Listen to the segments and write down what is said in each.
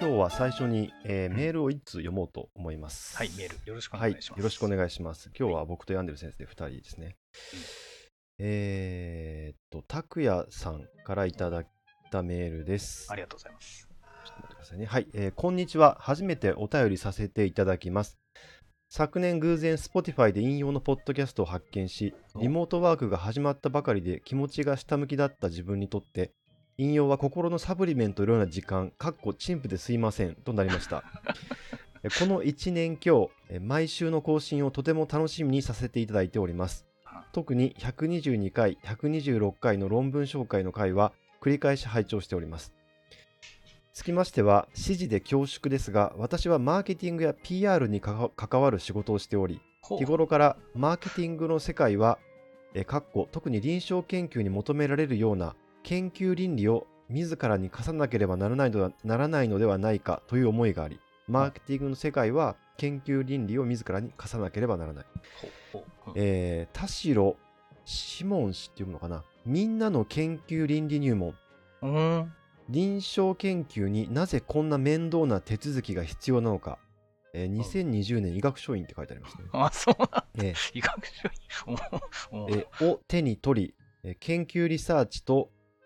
今日は最初に、メールを1通読もうと思います。 はい、メールよろしくおはい、 願いします。 よろしくお願いします。今日は僕とヤンデル先生で2人ですね。拓也さんからいただいたメールです。 ありがとうございます。 ちょっと待ってくださいね。はい、こんにちは。初めてお便りさせていただきます。昨年偶然 Spotify で引用のポッドキャストを発見し、リモートワークが始まったばかりで気持ちが下向きだった自分にとって、引用は心のサプリメントのような時間、陳腐ですいませんとなりました。この1年今日、毎週の更新をとても楽しみにさせていただいております。特に122回、126回の論文紹介の回は繰り返し拝聴しております。つきましては、指示で恐縮ですが、私はマーケティングや PR に関わる仕事をしており、日頃からマーケティングの世界は、特に臨床研究に求められるような研究倫理を自らに課さなければならないのではないかという思いがあり、マーケティングの世界は研究倫理を自らに課さなければならない。田代シモン氏っていうのかな。みんなの研究倫理入門。臨床研究になぜこんな面倒な手続きが必要なのか。2020年医学書院って書いてありますね。 あ、そうなんだ。医学書院を手に取り、研究リサーチと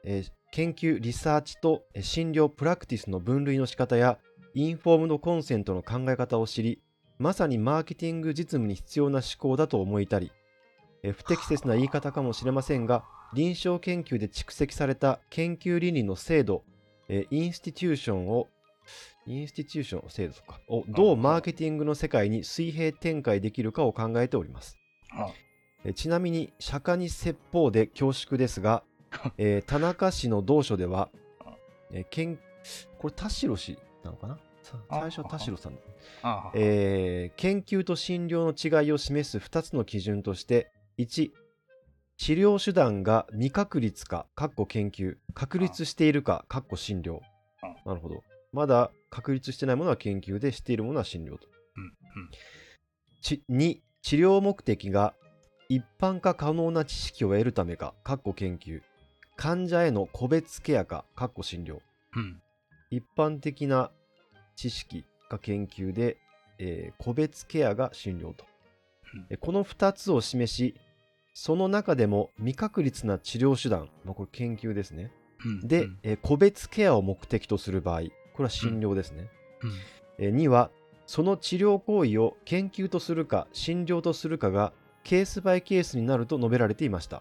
診療プラクティスの分類の仕方やインフォームドコンセントの考え方を知り、まさにマーケティング実務に必要な思考だと思いたり、不適切な言い方かもしれませんが、臨床研究で蓄積された研究倫理の制度、インスティテューション制度とかをどうマーケティングの世界に水平展開できるかを考えております。ちなみに釈迦に説法で恐縮ですが、田中氏の同書では、これ田代氏なのかな、最初は田代さん、研究と診療の違いを示す2つの基準として、1、治療手段が未確立か研究、確立しているか診療。なるほど。まだ確立してないものは研究で、しているものは診療と。2、治療目的が一般化可能な知識を得るためか研究、患者への個別ケアか診療。一般的な知識が研究で、個別ケアが診療と。この2つを示し、その中でも未確立な治療手段、これ研究ですね。で、個別ケアを目的とする場合、これは診療ですね。2は、その治療行為を研究とするか診療とするかがケースバイケースになると述べられていました。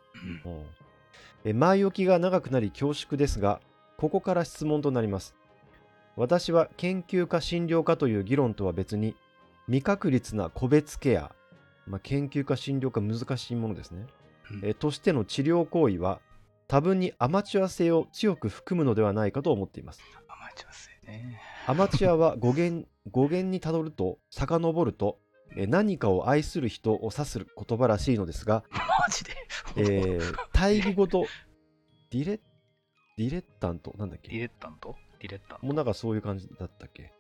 前置きが長くなり恐縮ですが、ここから質問となります。私は研究か診療かという議論とは別に、未確立な個別ケア、研究か診療か難しいものですね、としての治療行為は多分にアマチュア性を強く含むのではないかと思っています。 アマチュア性ね。 アマチュアは語源に遡ると、何かを愛する人を指す言葉らしいのですが、 マジで対義語とディレッタントなんだっけ？ ディレッタントもうなんかそういう感じだったっけ？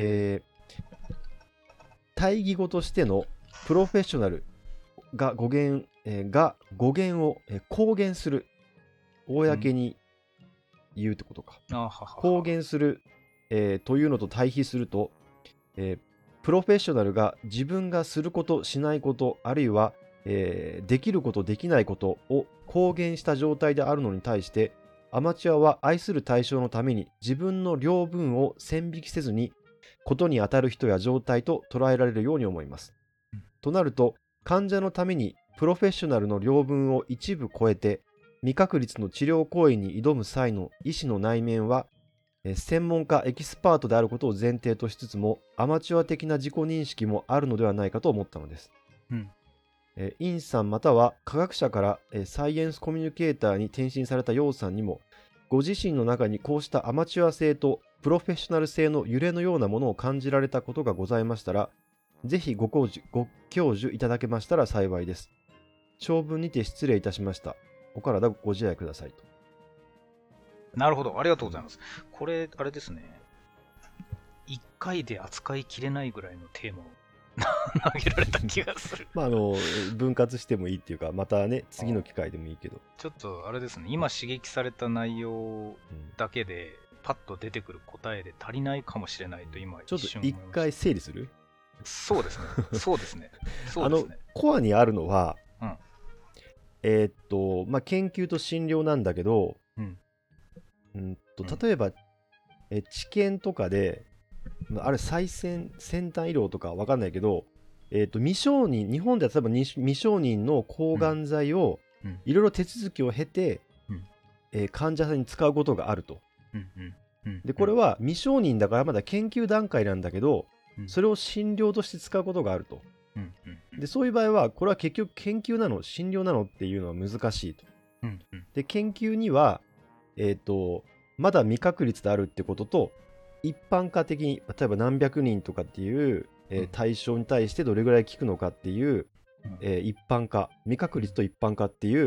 対義語としてのプロフェッショナルが語源を公言する、公に言うってことか。公言する、というのと対比すると、プロフェッショナルが自分がすることしないこと、あるいは、できることできないことを公言した状態であるのに対して、アマチュアは愛する対象のために自分の領分を線引きせずにことに当たる人や状態と捉えられるように思います。となると、患者のためにプロフェッショナルの領分を一部超えて未確立の治療行為に挑む際の医師の内面は、専門家エキスパートであることを前提としつつもアマチュア的な自己認識もあるのではないかと思ったのです。インさんまたは科学者からサイエンスコミュニケーターに転身されたヨウさんにも、ご自身の中にこうしたアマチュア性とプロフェッショナル性の揺れのようなものを感じられたことがございましたら、ぜひご教授いただけましたら幸いです。長文にて失礼いたしました。お体ご自愛くださいと。 なるほど、ありがとうございます。これ、あれですね。1回で扱いきれないぐらいのテーマを投げられた気がする。 分割してもいいっていうか、またね、次の機会でもいいけど。 ちょっとあれですね、今刺激された内容だけで、 パッと出てくる答えで足りないかもしれないと今ちょっと一回整理する？ そうですね。そうですね。 コアにあるのは、 うん、 研究と診療なんだけど、例えば、治験とかで、あれ先端医療とかわかんないけど、未承認、日本では例えば未承認の抗がん剤をいろいろ手続きを経て、患者さんに使うことがあると。で、これは未承認だからまだ研究段階なんだけど、それを診療として使うことがあると。で、そういう場合は、これは結局研究なの、診療なのっていうのは難しいと。で、研究には、まだ未確率であるってことと、一般化的に、例えば何百人とかっていう、対象に対してどれぐらい効くのかっていう、一般化、未確率と一般化っていう、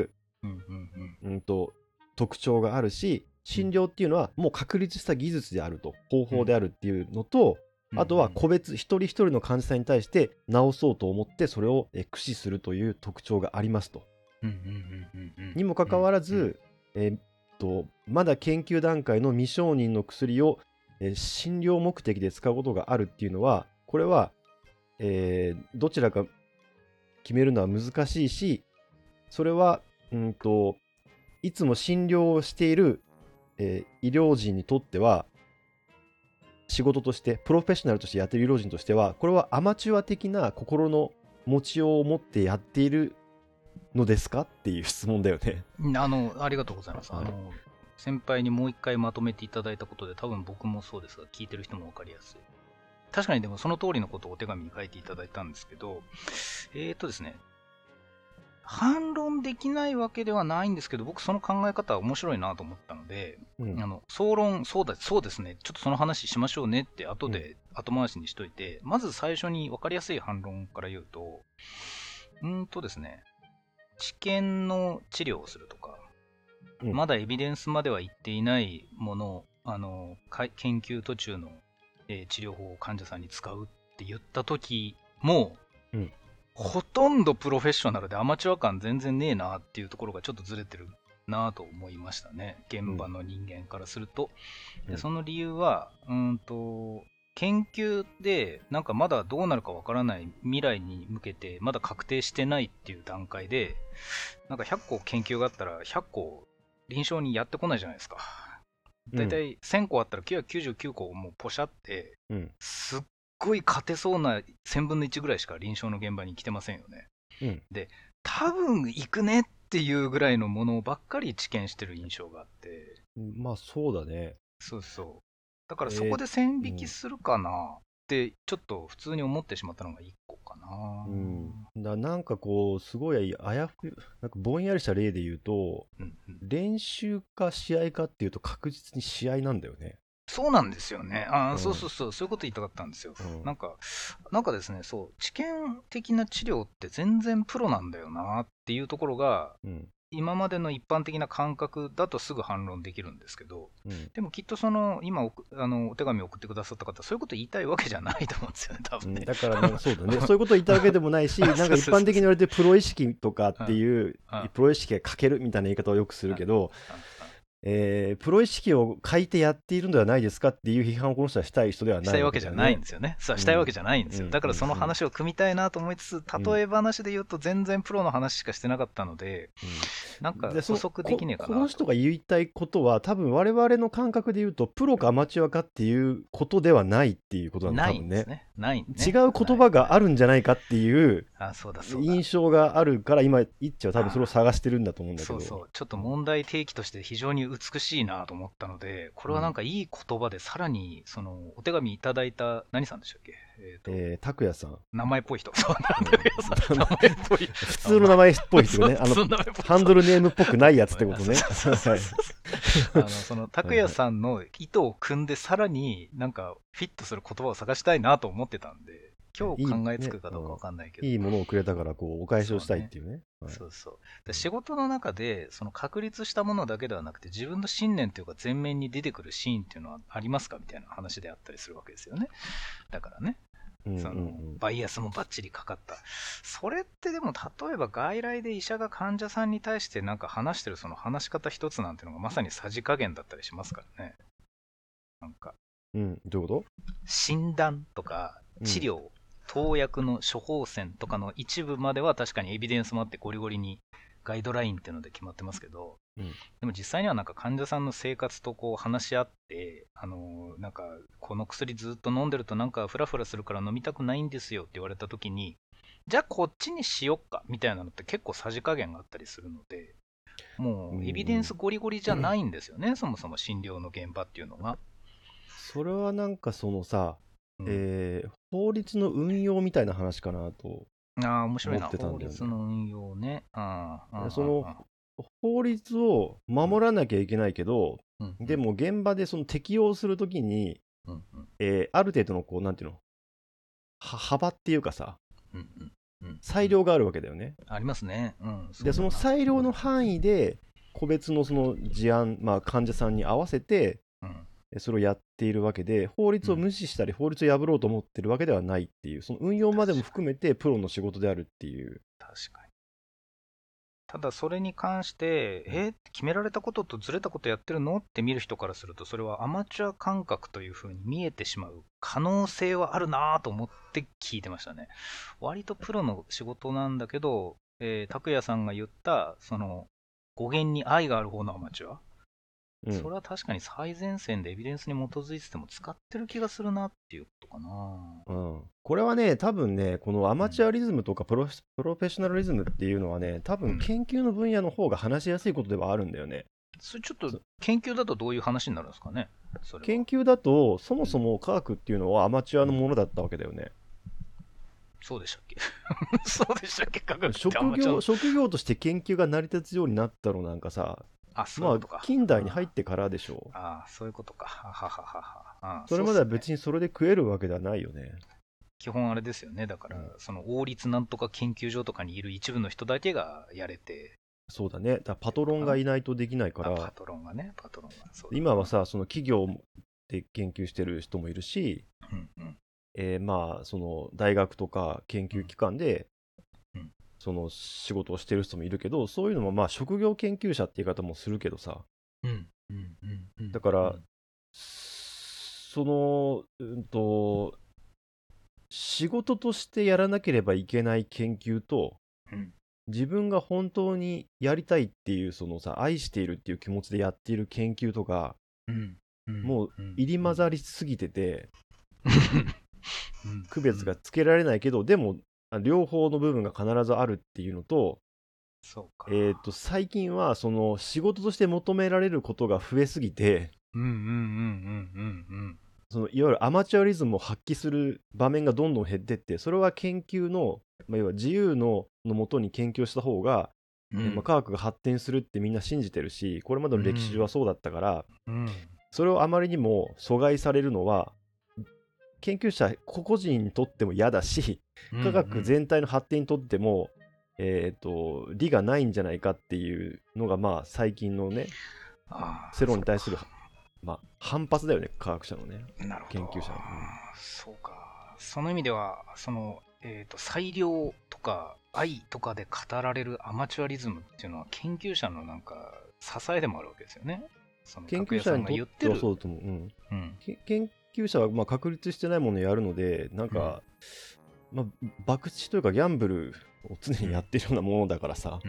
特徴があるし、診療っていうのはもう確立した技術であると、方法であるっていうのと、あとは個別一人一人の患者さんに対して治そうと思ってそれを駆使するという特徴がありますと。にもかかわらず、まだ研究段階の未承認の薬を、診療目的で使うことがあるっていうのは、これは、どちらか決めるのは難しいし、それはいつも診療をしている、医療人にとっては、仕事として、プロフェッショナルとしてやっている医療人としては、これはアマチュア的な心の持ちようを持ってやっているのですかっていう質問だよね。 ありがとうございます。先輩にもう一回まとめていただいたことで、多分僕もそうですが、聞いてる人も分かりやすい。確かにでもその通りのことをお手紙に書いていただいたんですけど、ですね、反論できないわけではないんですけど、僕その考え方は面白いなと思ったので、総論、そうですね、ちょっとその話しましょうねって後で後回しにしといて、まず最初に分かりやすい反論から言うと、ですね、治験の治療をするとか、まだエビデンスまでは行っていないものを、研究途中の、治療法を患者さんに使うって言った時も、ほとんどプロフェッショナルでアマチュア感全然ねえなっていうところがちょっとずれてるなと思いましたね。現場の人間からすると。でその理由は、研究でなんかまだどうなるかわからない未来に向けてまだ確定してないっていう段階で、なんか100個研究があったら100個臨床にやってこないじゃないですか。だいたい1000個あったら999個もうポシャって、すっごい勝てそうな1000分の1ぐらいしか臨床の現場に来てませんよね。で、多分行くねっていうぐらいのものばっかり治験してる印象があって。 まあそうだね。 そうそう。だからそこで線引きするかなってちょっと普通に思ってしまったのが1個かな。 なんかこうすごいなんかぼんやりした例で言うと、練習か試合かっていうと確実に試合なんだよね。 そうなんですよね。そういうこと言いたかったんですよ。なんかですね、治験的な治療って全然プロなんだよなっていうところが、今までの一般的な感覚だとすぐ反論できるんですけど、でもきっと今お手紙を送ってくださった方、そういうこと言いたいわけじゃないと思うんですよね、多分ね。 だからね、そうだね、そういうこと言いたいわけでもないし、なんか一般的に言われてるプロ意識とかっていう、プロ意識が欠けるみたいな言い方をよくするけど、プロ意識を欠いてやっているのではないですかっていう批判をこの人はしたい人ではない、 したいわけじゃないんですよね。したいわけじゃないんですよ。だからその話を組みたいなと思いつつ、例え話で言うと全然プロの話しかしてなかったので、なんか補足できねえかなと。 この人が言いたいことは、多分我々の感覚で言うと、プロかアマチュアかっていうことではないっていうことなんだ、多分ね。 ないんですね。違う言葉があるんじゃないかっていう印象があるから、今、いっちゃんは多分それを探してるんだと思うんだけど。 ちょっと問題提起として非常に美しいなと思ったので、これはなんかいい言葉でさらにお手紙いただいた何さんでしたっけ？ 拓也さん。 名前っぽい人。拓也さん。名前っぽい。 普通の名前っぽい人ね。ハンドルネームっぽくないやつってことね。 拓也さんの意図を組んでさらになんかフィットする言葉を探したいなと思ってたんで、今日考えつくかどうかわかんないけど、 いいものをくれたからお返しをしたいっていうね。 仕事の中で確立したものだけではなくて、自分の信念というか前面に出てくるシーンっていうのはありますかみたいな話であったりするわけですよね。だからね、バイアスもバッチリかかった。それってでも例えば外来で医者が患者さんに対してなんか話してるその話し方一つなんていうのがまさにさじ加減だったりしますからね。 なんか、 どういうこ診断とか治療、投薬の処方箋とかの一部までは確かにエビデンスもあってゴリゴリにガイドラインっていうので決まってますけど、でも実際にはなんか患者さんの生活とこう話し合って、なんかこの薬ずっと飲んでるとなんかフラフラするから飲みたくないんですよって言われた時に、じゃあこっちにしよっかみたいなのって結構さじ加減があったりするので、もうエビデンスゴリゴリじゃないんですよね、そもそも診療の現場っていうのが。 それはなんかそのさ、法律の運用みたいな話かなと面白いな、 思ってたんだよね。 法律の運用ね。 その法律を守らなきゃいけないけど、でも現場でその適用するときに、ある程度のこうなんていうの、幅っていうかさ、裁量があるわけだよね。 ありますね。 でその裁量の範囲で個別のその事案、患者さんに合わせて、それをやっているわけで、法律を無視したり法律を破ろうと思ってるわけではないっていう、その運用までも含めてプロの仕事であるっていう。 確かに。ただそれに関して、決められたこととずれたことやってるのって見る人からすると、それはアマチュア感覚というふうに見えてしまう可能性はあるなと思って聞いてましたね。割とプロの仕事なんだけど、拓也さんが言った、その語源に愛がある方のアマチュア、それは確かに最前線でエビデンスに基づいてても使ってる気がするなっていうことかな。 これはね、多分ね、このアマチュアリズムとかプロフェッショナルリズムっていうのはね、多分研究の分野の方が話しやすいことではあるんだよね。 それちょっと研究だとどういう話になるんですかね。 研究だと、そもそも科学っていうのはアマチュアのものだったわけだよね。 そうでしたっけそうでしたっけ。科学って職業として研究が成り立つようになったのなんかさ、近代に入ってからでしょう。 そういうことか。 それまでは別にそれで食えるわけではないよね。 基本あれですよね。だから、その王立なんとか研究所とかにいる一部の人だけがやれて。 そうだね。だからパトロンがいないとできないから。 パトロンが。 今はさ、その企業で研究してる人もいるし、その大学とか研究機関で、その仕事をしてる人もいるけど、そういうのも職業研究者って言い方もするけどさ。だから、その、仕事としてやらなければいけない研究と、自分が本当にやりたいっていう、そのさ、愛しているっていう気持ちでやっている研究とか、もう入り混ざりすぎてて、区別がつけられないけど、でも両方の部分が必ずあるっていうのと、最近はその仕事として求められることが増えすぎて、そのいわゆるアマチュアリズムを発揮する場面がどんどん減ってって、それは研究の、要は自由のもとに研究した方が、科学が発展するってみんな信じてるし、これまでの歴史上はそうだったから、それをあまりにも阻害されるのは研究者個々人にとっても嫌だし、科学全体の発展にとっても、利がないんじゃないかっていうのが最近のね、世論に対する反発だよね、科学者のね、研究者の。 そうか。その意味では、その、裁量とか愛とかで語られるアマチュアリズムっていうのは研究者のなんか支えでもあるわけですよね。その研究者にとってはそうだと思う。研究者は確立してないものをやるので、なんか、博打というかギャンブルを常にやってるようなものだからさ。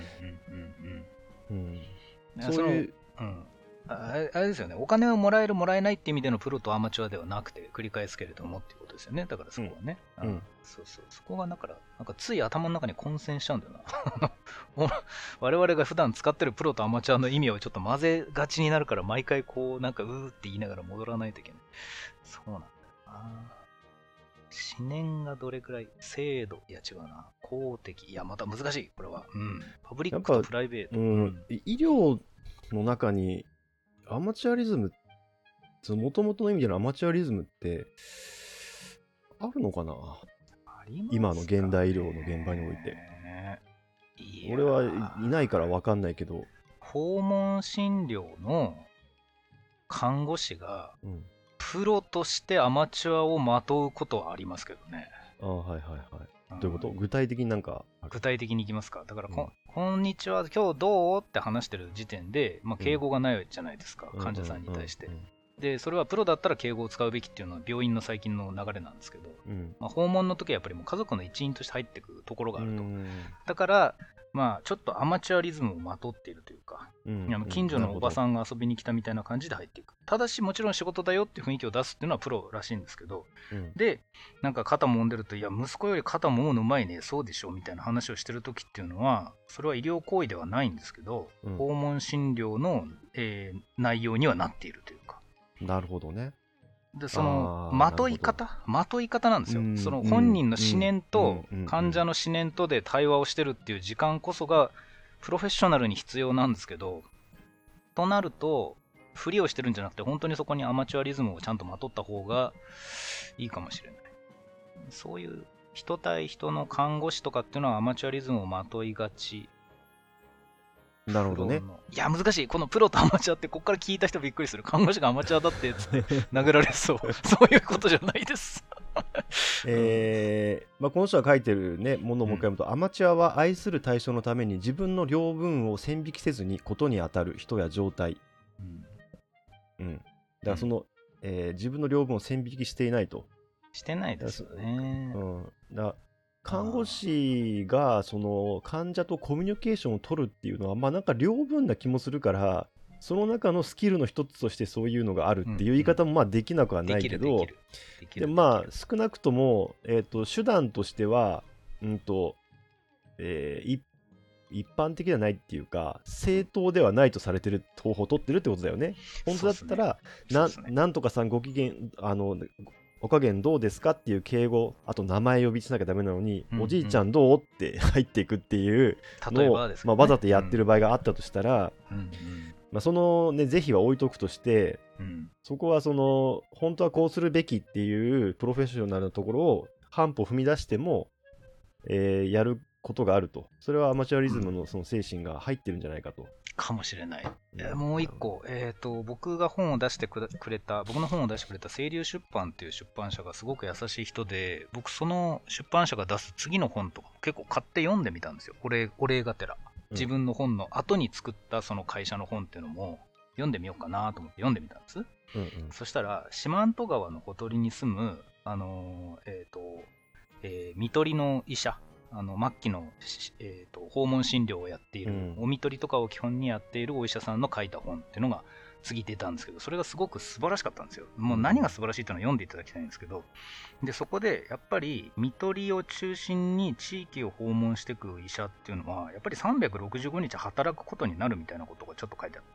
そういう。あれですよね、お金をもらえるもらえないって意味でのプロとアマチュアではなくて、繰り返すけれどもっていうことですよね。だからそこはね、そこがだからなんかつい頭の中に混戦しちゃうんだよな我々が普段使ってるプロとアマチュアの意味をちょっと混ぜがちになるから、毎回こうなんかうーって言いながら戻らないといけない。そうなんだよな。思念がどれくらい、制度、いや違うな、公的、いやまた難しい、これは。パブリックとプライベート。 医療の中にアマチュアリズム、もともとの意味でのアマチュアリズムってあるのかな？今の現代医療の現場において。俺はいないから分かんないけど。 訪問診療の看護師が、プロとしてアマチュアをまとうことはありますけどね。 はい。どういうこと？具体的になんか。 具体的にいきますか。だからこんにちは、今日どうって話してる時点で、敬語がないじゃないですか、患者さんに対して。 で、それはプロだったら敬語を使うべきっていうのは病院の最近の流れなんですけど、訪問の時はやっぱりもう家族の一員として入ってくるところがあると。だから、ちょっとアマチュアリズムをまとっているというか、近所のおばさんが遊びに来たみたいな感じで入っていく。ただし、もちろん仕事だよっていう雰囲気を出すっていうのはプロらしいんですけど、で、なんか肩揉んでると、いや、息子より肩揉むのうまいね、そうでしょみたいな話をしてる時っていうのは、それは医療行為ではないんですけど、訪問診療の、内容にはなっているというか。 なるほどね。 で、そのまとい方なんですよ。その本人の思念と患者の思念とで対話をしてるっていう時間こそがプロフェッショナルに必要なんですけど、となるとふりをしてるんじゃなくて本当にそこにアマチュアリズムをちゃんとまとった方がいいかもしれない。そういう人対人の看護師とかっていうのはアマチュアリズムをまといがち。 なるほどね。 いや、難しい。このプロとアマチュアって、ここから聞いた人びっくりする。看護師がアマチュアだってつって殴られそう。そういうことじゃないです。 この人が書いてるね、ものをもう一回読むと、アマチュアは愛する対象のために自分の領分を線引きせずにことに当たる人や状態。だからその、自分の領分を線引きしていないと。 してないですよね。 看護師がその患者とコミュニケーションを取るっていうのはなんか両分な気もするから、その中のスキルの一つとしてそういうのがあるっていう言い方もできなくはないけど、で少なくとも、手段としては、一般的ではないっていうか正当ではないとされてる方法を取ってるってことだよね。本当だったら、なんとかさんご機嫌お加減どうですかっていう敬語、あと名前呼びしなきゃダメなのに、おじいちゃんどうって入っていくっていうのを、わざとやってる場合があったとしたら、そのね是非は置いとくとして、そこはその本当はこうするべきっていうプロフェッショナルなところを半歩踏み出しても、やることがあると。それはアマチュアリズムのその精神が入ってるんじゃないかと。 かもしれない。もう一個、僕の本を出してくれた清流出版っていう出版社がすごく優しい人で、僕その出版社が出す次の本とか結構買って読んでみたんですよ。お礼がてら。自分の本の後に作ったその会社の本っていうのも読んでみようかなと思って読んでみたんです。そしたら四万十川のほとりに住む看取りの医者、末期の、訪問診療をやっている、お看取りとかを基本にやっているお医者さんの書いた本っていうのが次出たんですけど、それがすごく素晴らしかったんですよ。もう何が素晴らしいっていうのを読んでいただきたいんですけど、でそこでやっぱり看取りを中心に地域を訪問していく医者っていうのはやっぱり365日働くことになるみたいなことがちょっと書いてあって、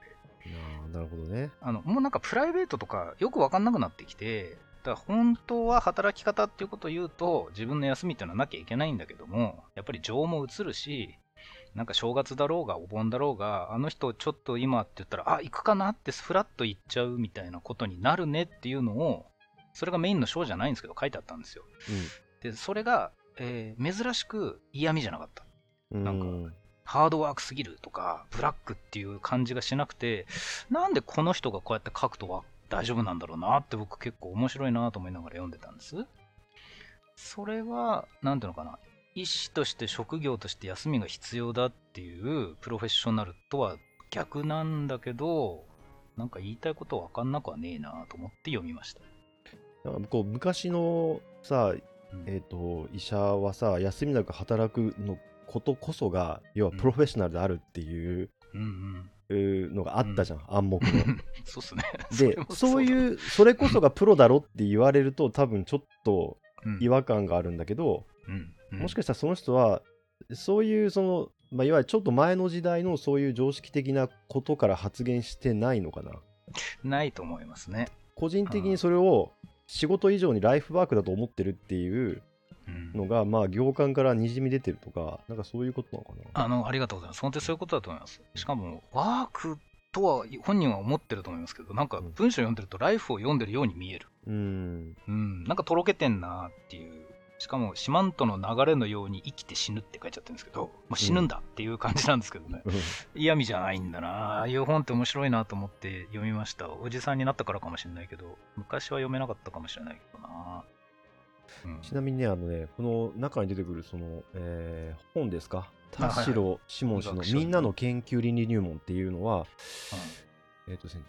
なるほどね。 もうなんかプライベートとかよく分かんなくなってきて、だから本当は働き方っていうことを言うと自分の休みっていうのはなきゃいけないんだけども、やっぱり情も移るし、なんか正月だろうがお盆だろうが、あの人ちょっと今って言ったら行くかなってフラッと行っちゃうみたいなことになるねっていうのを、それがメインの章じゃないんですけど書いてあったんですよ。でそれが、珍しく嫌味じゃなかった。なんかハードワークすぎるとかブラックっていう感じがしなくて、なんでこの人がこうやって書くとは大丈夫なんだろうなって僕結構面白いなと思いながら読んでたんです。それはなんていうのかな、医師として職業として休みが必要だっていうプロフェッショナルとは逆なんだけど、なんか言いたいこと分かんなくはねえなと思って読みました。 なんかこう昔のさ、医者はさ、休みなく働くのことこそが要はプロフェッショナルであるっていうのがあったじゃん、暗黙の。 そうっすね。 でそれこそがプロだろって言われると多分ちょっと違和感があるんだけど、もしかしたらその人はそういうその、いわゆるちょっと前の時代のそういう常識的なことから発言してないのかな。 ないと思いますね。 個人的にそれを仕事以上にライフワークだと思ってるっていうのが、行間からにじみ出てるとか、なんかそういうことなのかな。ありがとうございます。本当にそういうことだと思います。しかもワークとは本人は思ってると思いますけど、なんか文章読んでるとライフを読んでるように見える。なんかとろけてんなっていう。しかも四万十の流れのように生きて死ぬって書いちゃってるんですけど、死ぬんだっていう感じなんですけどね。嫌味じゃないんだな。ああいう本って面白いなと思って読みました。おじさんになったからかもしれないけど、昔は読めなかったかもしれないけどな。 ちなみにね、この中に出てくるその、本ですか、田代志門氏のみんなの研究倫理入門っていうのは、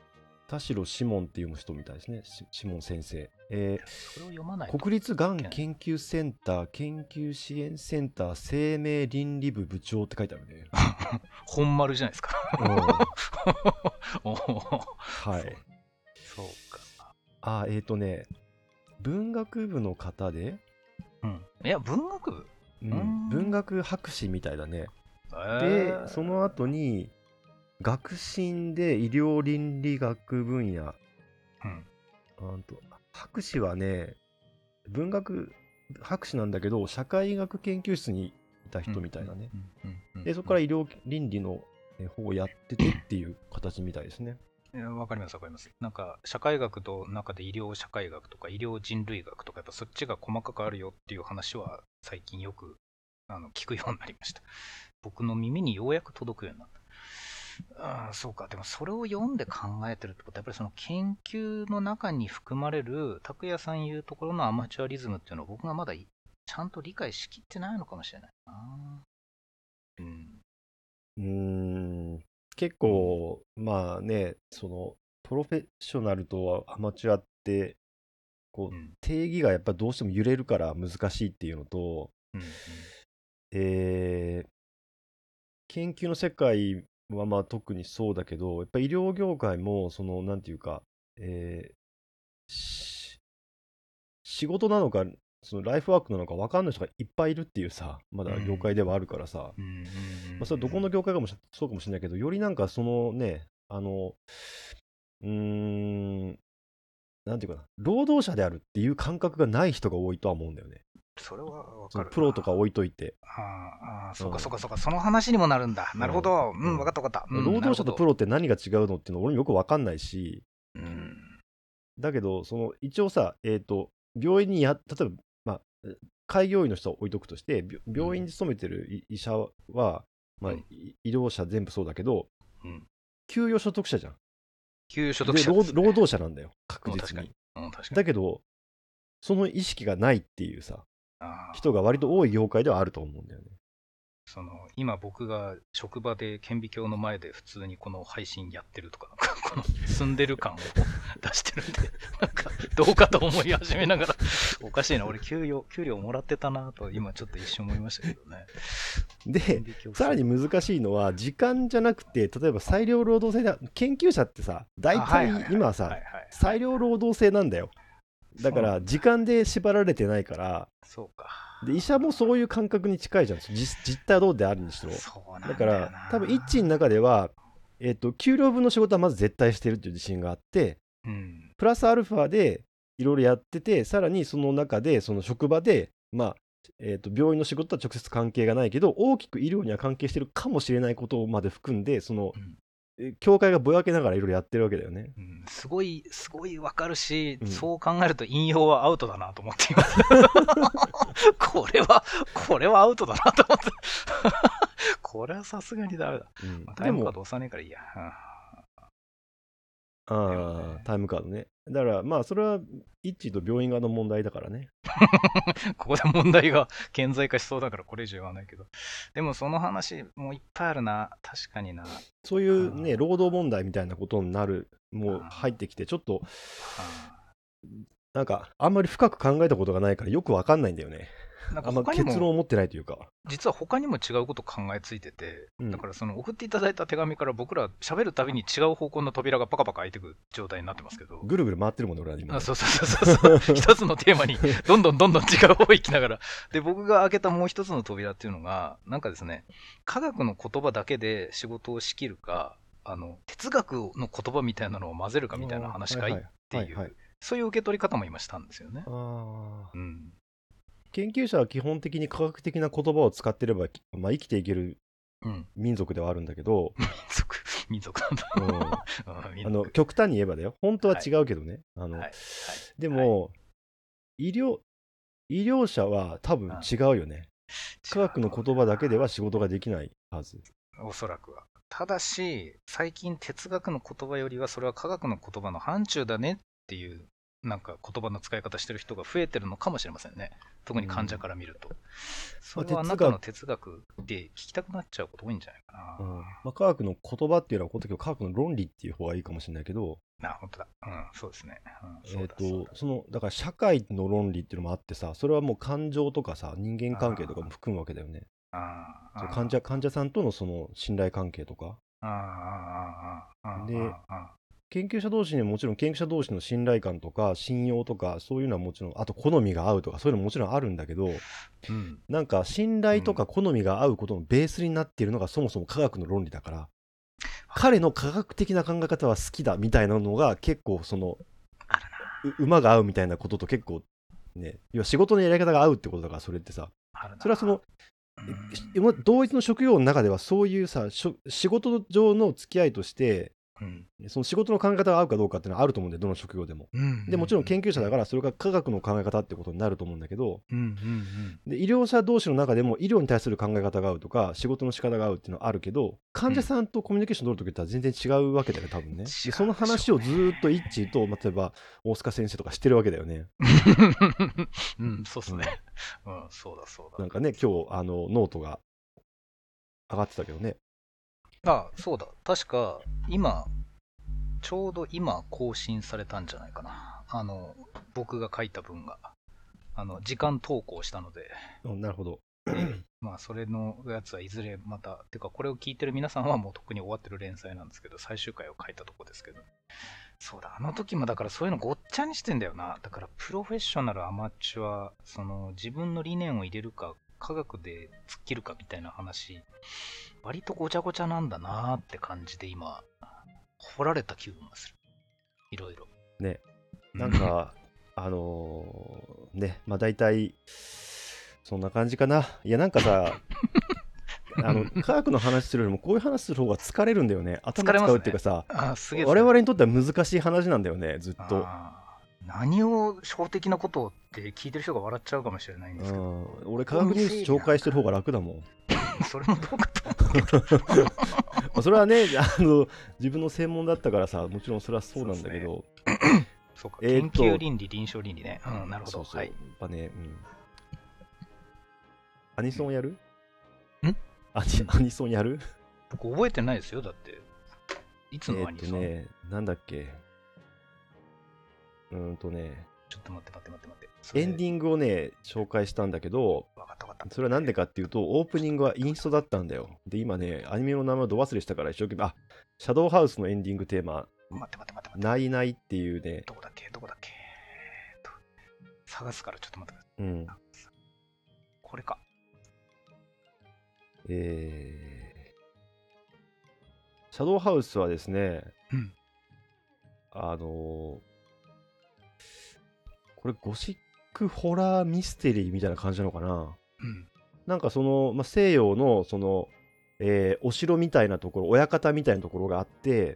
田代志門っていう人みたいですね。志門先生。 それを読まないと国立がん研究センター研究支援センター生命倫理部部長って書いてあるね。 本丸じゃないですか。 はい。 そうか。 文学部の方で、 いや、文学部、 文学博士みたいだね。で、その後に、学進で医療倫理学分野。博士はね、文学博士なんだけど、社会学研究室にいた人みたいなね。で、そこから医療倫理の方をやっててっていう形みたいですね。 わかりますわかります。なんか社会学と中で医療社会学とか医療人類学とかやっぱそっちが細かくあるよっていう話は最近よく聞くようになりました。僕の耳にようやく届くようになった。そうか。でもそれを読んで考えてるってことはやっぱりその研究の中に含まれる拓也さん言うところのアマチュアリズムっていうのを僕がまだちゃんと理解しきってないのかもしれないな。 結構、まあね、そのプロフェッショナルとアマチュアってこう、定義がやっぱどうしても揺れるから難しいっていうのと、研究の世界はまあ特にそうだけど、やっぱ医療業界もそのなんていうか、仕事なのかそのライフワークなのか分かんない人がいっぱいいるっていうさ、まだ業界ではあるからさ、それはどこの業界かもそうかもしれないけど、よりなんかそのね、なんていうかな、労働者であるっていう感覚がない人が多いとは思うんだよね。 それは分かる。 プロとか置いといて。 そうかそうかそうか、その話にもなるんだ。なるほど。分かった分かった。 労働者とプロって何が違うのっていうの俺もよく分かんないし、だけど、その一応さ、病院に例えば、まあ、開業医の人を置いとくとして、病院に勤めてる医者は、まあ、医療者全部そうだけど、給与所得者じゃん。 給与所得者で労働者なんだよ、確実に。だけど、その意識がないっていうさ、人が割と多い業界ではあると思うんだよね。 今僕が職場で顕微鏡の前で普通にこの配信やってるとか、この住んでる感を出してるんで、なんかどうかと思い始めながら、おかしいな、俺給料もらってたなと今ちょっと一瞬思いましたけどね。 で、さらに難しいのは、時間じゃなくて、例えば裁量労働制だ、研究者ってさ、大体今さ、裁量労働制なんだよ。だから時間で縛られてないから、 そうか。 で医者もそういう感覚に近いじゃん。実態はどうであるにしろ。だから多分イッチの中では、給料分の仕事はまず絶対してるっていう自信があって、プラスアルファでいろいろやってて、さらにその中でその職場でまあ病院の仕事とは直接関係がないけど、大きく医療には関係してるかもしれないことまで含んで、その教会がぼやけながらいろいろやってるわけだよね。 すごいわかるし、そう考えると引用はアウトだなと思っています。これはアウトだなと思って。これはさすがにダメだ。タイムカード押さねえからいいや。 タイムカードね。だからまあそれはイッチと病院側の問題だからね。 ここで問題が顕在化しそうだからこれ以上言わないけど。でもその話もういっぱいあるな。確かにな。 そういうね、労働問題みたいなことになる、もう入ってきて、ちょっと、なんかあんまり深く考えたことがないからよくわかんないんだよね。あんま結論を持ってないというか。 実は他にも違うこと考えついてて、だからその送っていただいた手紙から僕ら喋るたびに違う方向の扉がパカパカ開いてく状態になってますけど。 ぐるぐる回ってるもんね、俺は今。 そう。一つのテーマにどんどん違う方行きながら。で、僕が開けたもう一つの扉っていうのが、なんかですね、科学の言葉だけで仕事を仕切るか、哲学の言葉みたいなのを混ぜるかみたいな話し会っていう、そういう受け取り方も今したんですよね。 研究者は基本的に科学的な言葉を使ってれば、まあ、生きていける民族ではあるんだけど、 民族なんだ。極端に言えばだよ。本当は違うけどね。でも、医療者は多分違うよね。科学の言葉だけでは仕事ができないはず。 おそらくは。ただし、最近哲学の言葉よりはそれは科学の言葉の範疇だねっていうなんか言葉の使い方してる人が増えてるのかもしれませんね。特に患者から見ると。それはあなたの哲学で聞きたくなっちゃうこと多いんじゃないかな。 科学の言葉っていうのは、この時は科学の論理っていう方がいいかもしれないけど、 本当だ。そうですね。 だから社会の論理っていうのもあってさ、それはもう感情とかさ、人間関係とかも含むわけだよね。患者さんとのその信頼関係とか。で、研究者同士にはもちろん研究者同士の信頼感とか信用とかそういうのはもちろん、あと好みが合うとかそういうのももちろんあるんだけど、なんか信頼とか好みが合うことのベースになっているのがそもそも科学の論理だから、彼の科学的な考え方は好きだみたいなのが結構その馬が合うみたいなことと結構ね、要は仕事のやり方が合うってことだから、それってさ、それはその同一の職業の中ではそういうさ、仕事上の付き合いとして、その仕事の考え方が合うかどうかっていうのはあると思うんで、どの職業でも。でもちろん研究者だからそれが科学の考え方ってことになると思うんだけど、で医療者同士の中でも医療に対する考え方が合うとか仕事の仕方が合うっていうのはあるけど、患者さんとコミュニケーション取るときって全然違うわけだよね、多分ね。でその話をずっとイッチーと例えば大塚先生とかしてるわけだよね。 そうっすね。そうだ。 なんかね、今日ノートが上がってたけどね。 そうだ。確か、ちょうど今更新されたんじゃないかな。僕が書いた文が。時間投稿したので。 なるほど。 それのやつはいずれまた、てかこれを聞いてる皆さんはもうとっくに終わってる連載なんですけど、最終回を書いたとこですけど。そうだ、あの時もだからそういうのごっちゃにしてんだよな。だからプロフェッショナル、アマチュア、自分の理念を入れるか、科学で突っ切るかみたいな話、割とごちゃごちゃなんだなーって感じで今、掘られた気分がする。いろいろ。 ね。なんか、ね、大体、そんな感じかな。いや、なんかさ、科学の話するよりもこういう話する方が疲れるんだよね。頭使うっていうかさ、我々にとっては難しい話なんだよね、ずっと。 何を初歩的なことって聞いてる人が笑っちゃうかもしれないんですけど、 俺科学ニュース紹介してる方が楽だもん。 それもどうかと思うけどそれはね、自分の専門だったからさ、もちろんそれはそうなんだけど、 そうか、研究倫理、臨床倫理ね。なるほど。 そう、やっぱね、アニソンやる？アニソンやる？ 僕覚えてないですよ、だって。いつのアニソン？ なんだっけ。 ちょっと待って。 エンディングをね、紹介したんだけど、それはなんでかっていうと、オープニングはインストだったんだよ。で、今ね、アニメの名前をど忘れしたから一生懸命、シャドウハウスのエンディングテーマ、ないないっていうね。 どこだっけ探すからちょっと待ってください。これか。 シャドウハウスはですね、これゴシックホラーミステリーみたいな感じなのかな。なんか西洋のお城みたいなところ、親方みたいなところがあって、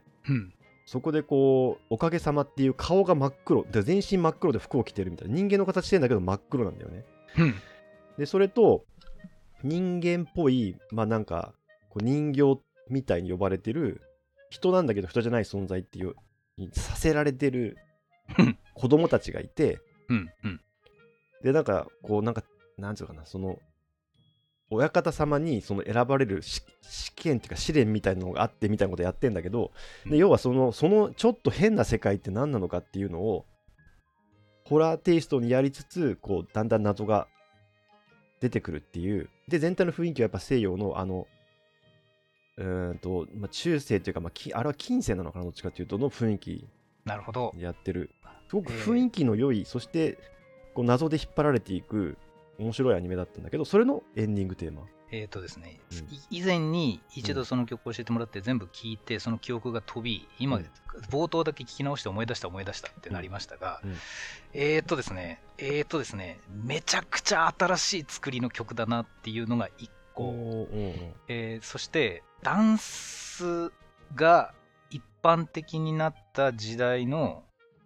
そこでこうおかげさまっていう顔が真っ黒で、全身真っ黒で服を着てるみたいな、人間の形してんだけど真っ黒なんだよね。でそれと人間っぽい、なんかこう人形みたいに呼ばれてる人なんだけど人じゃない存在っていうさせられてる子供たちがいて、でなんかなんていうかな、親方様に選ばれる試験っていうか試練みたいなのがあってみたいなことやってんだけど、で要はそのちょっと変な世界って何なのかっていうのをホラーテイストにやりつつ、こうだんだん謎が出てくるっていう。で全体の雰囲気はやっぱ西洋の中世というか、あれは近世なのかな、どっちかっていうとの雰囲気やってる。すごく雰囲気の良い、そしてこう謎で引っ張られていく面白いアニメだったんだけど、それのエンディングテーマ。 ですね、以前に一度その曲を教えてもらって全部聴いて、その記憶が飛び、今、冒頭だけ聞き直して思い出したってなりましたが、ですね、めちゃくちゃ新しい作りの曲だなっていうのが1個、そしてダンスが一般的になった時代の、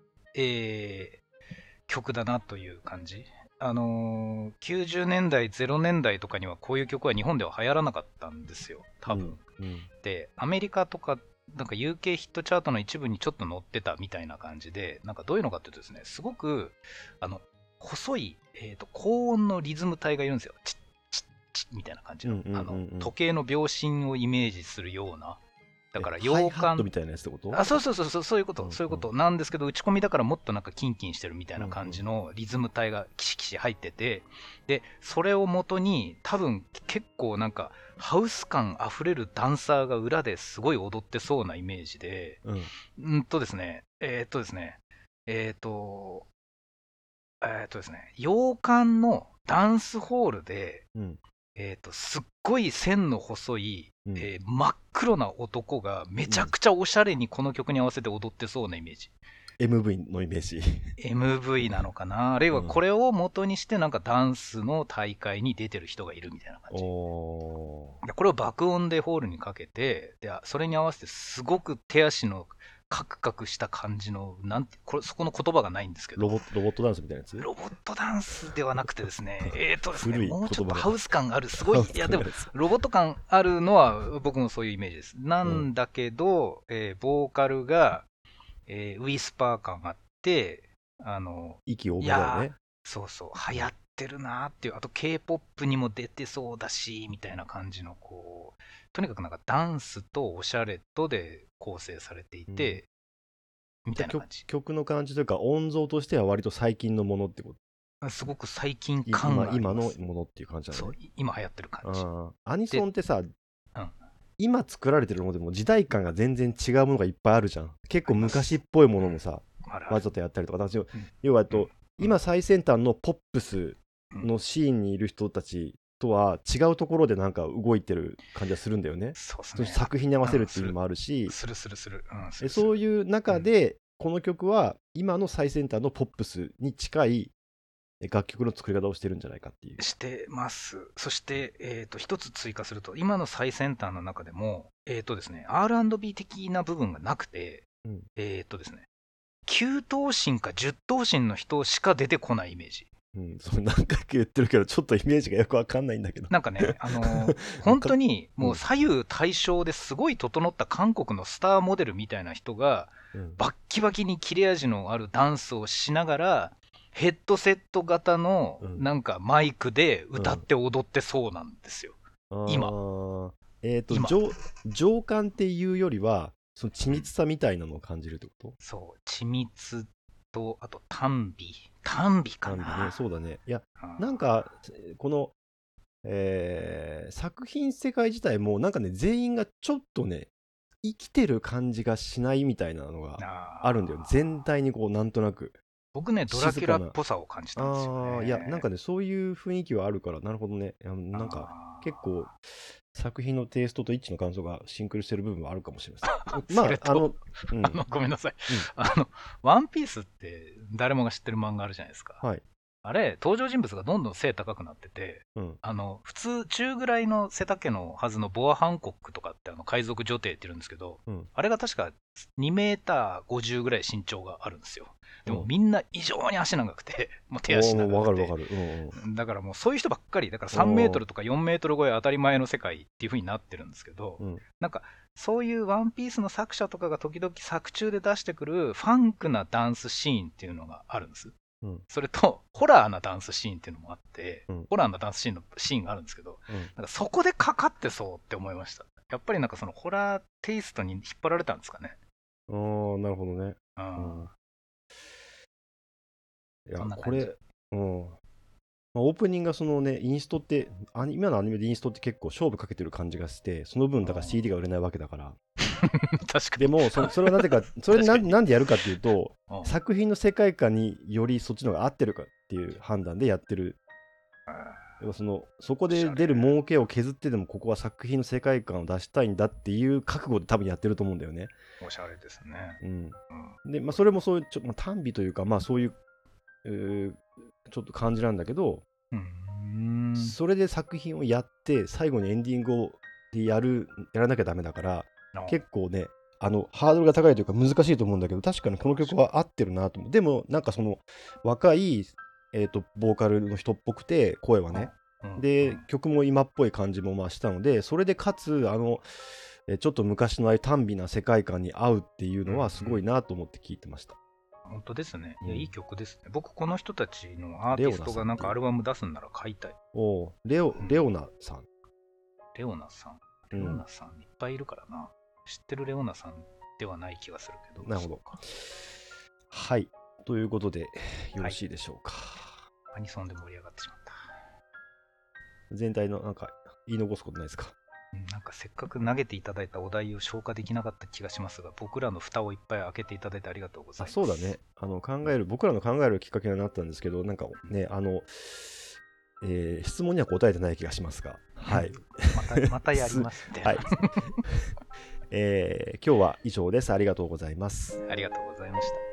曲だなという感じ。90年代0年代とかにはこういう曲は日本では流行らなかったんですよ、多分。でアメリカとかなんか UK ヒットチャートの一部にちょっと載ってたみたいな感じで、なんかどういうのかっていうとですね、すごく、細い、高音のリズム体がいるんですよ。チッチッチッみたいな感じの、時計の秒針をイメージするような。だからハイハットみたいなやつってこと？ そうそういうこと、そういうことなんですけど、打ち込みだからもっとなんかキンキンしてるみたいな感じのリズム体がキシキシ入ってて、で、それを元に多分結構なんかハウス感あふれるダンサーが裏ですごい踊ってそうなイメージで、ですね、洋館のダンスホールで、すっごい線の細い、真っ黒な男がめちゃくちゃおしゃれにこの曲に合わせて踊ってそうなイメージ。 MV のイメージ。 MV なのかな、あるいはこれを元にしてなんかダンスの大会に出てる人がいるみたいな感じ。これを爆音でホールにかけて、でそれに合わせてすごく手足のカクカクした感じの、そこの言葉がないんですけど、 ロボットダンスみたいなやつ？ ロボットダンスではなくてですね、もうちょっとハウス感がある、すごい、いやでも、ロボット感あるのは僕もそういうイメージです。なんだけど、ボーカルが、ウィスパー感があって、 息多めだよね。 そうそう、流行ってるなっていう、あと K-POP にも出てそうだし、みたいな感じの、とにかくなんかダンスとおしゃれとで構成されていて、みたいな感じ。 曲の感じというか、音像としては割と最近のものってこと？ すごく最近感があります。 今のものっていう感じなのね。 そう、今流行ってる感じ。 アニソンってさ、今作られてるものでも時代感が全然違うものがいっぱいあるじゃん。結構昔っぽいものもさ、わざとやったりとか、要は今最先端のポップスのシーンにいる人たちとは違うところでなんか動いてる感じがするんだよね。 そうですね。 作品に合わせるっていうのもあるし、そういう中で、この曲は今の最先端のポップスに近い楽曲の作り方をしてるんじゃないかっていう。 してます。そして、一つ追加すると、今の最先端の中でも、ですね、R&B 的な部分がなくて、ですね、9頭身か10頭身の人しか出てこないイメージ。 それ何回か言ってるけど、ちょっとイメージがよくわかんないんだけど。 なんかね、本当にもう左右対称ですごい整った韓国のスターモデルみたいな人が、バッキバキに切れ味のあるダンスをしながら、ヘッドセット型のなんかマイクで歌って踊ってそうなんですよ、今。 情感っていうよりは、その緻密さみたいなのを感じるってこと？ そう、緻密と、あと短美かな。 短美ね、そうだね。いや、なんか、この、作品世界自体も、なんかね、全員がちょっとね、生きてる感じがしないみたいなのがあるんだよ。全体にこう、なんとなく。 僕ね、ドラキュラっぽさを感じたんですよね。 いや、なんかね、そういう雰囲気はあるから、なるほどね。なんか、結構、作品のテイストと一致の感想がシンクロしてる部分はあるかもしれません。まあ、ごめんなさい。ワンピースって誰もが知ってる漫画あるじゃないですか。 はい。 あれ、登場人物がどんどん背高くなってて、普通、中ぐらいの背丈のはずのボア・ハンコックとかって海賊女帝って言うんですけど、あれが確か2メーター50ぐらい身長があるんですよ。でもみんな異常に足長くて、もう手足長くて。 わかる。 だからもうそういう人ばっかり、だから3メートルとか4メートル超え当たり前の世界っていう風になってるんですけど、なんかそういうワンピースの作者とかが時々作中で出してくるファンクなダンスシーンっていうのがあるんです。それとホラーなダンスシーンっていうのもあって、ホラーなダンスシーンがあるんですけど、なんかそこでかかってそうって思いました。やっぱりなんかそのホラーテイストに引っ張られたんですかね。 なるほどね。いや、これ、オープニングがそのね、インストって、今のアニメでインストって結構勝負かけてる感じがして、その分だから CD が売れないわけだから。 確かに。 でもそれはなぜか、それなんでやるかっていうと、作品の世界観によりそっちの方が合ってるかっていう判断でやってる。そこで出る儲けを削ってでも、ここは作品の世界観を出したいんだっていう覚悟で多分やってると思うんだよね。 おしゃれですね。 で、それもそういう短美というか、そういう、ちょっと感じなんだけど、それで作品をやって最後にエンディングでやらなきゃダメだから、結構ね、ハードルが高いというか難しいと思うんだけど、確かにこの曲は合ってるなと思う。でもなんかその若い、ボーカルの人っぽくて声はね、で曲も今っぽい感じもしたので、それでかつちょっと昔のああいう短美な世界観に合うっていうのはすごいなと思って聞いてました。 本当ですね。いや、いい曲ですね。僕、この人たちのアーティストがなんかアルバム出すんなら買いたい。 レオナさん。 レオナさん。レオナさんいっぱいいるからな。知ってるレオナさんではない気がするけど。 なるほど。はい。ということで、よろしいでしょうか。 アニソンで盛り上がってしまった。 全体のなんか言い残すことないですか？ なんかせっかく投げていただいたお題を消化できなかった気がしますが、僕らの蓋をいっぱい開けていただいてありがとうございます。 そうだね。僕らの考えるきっかけになったんですけど、なんかね、質問には答えてない気がしますが、はい。 またやりますって。 はい。今日は以上です。ありがとうございます。 ありがとうございました。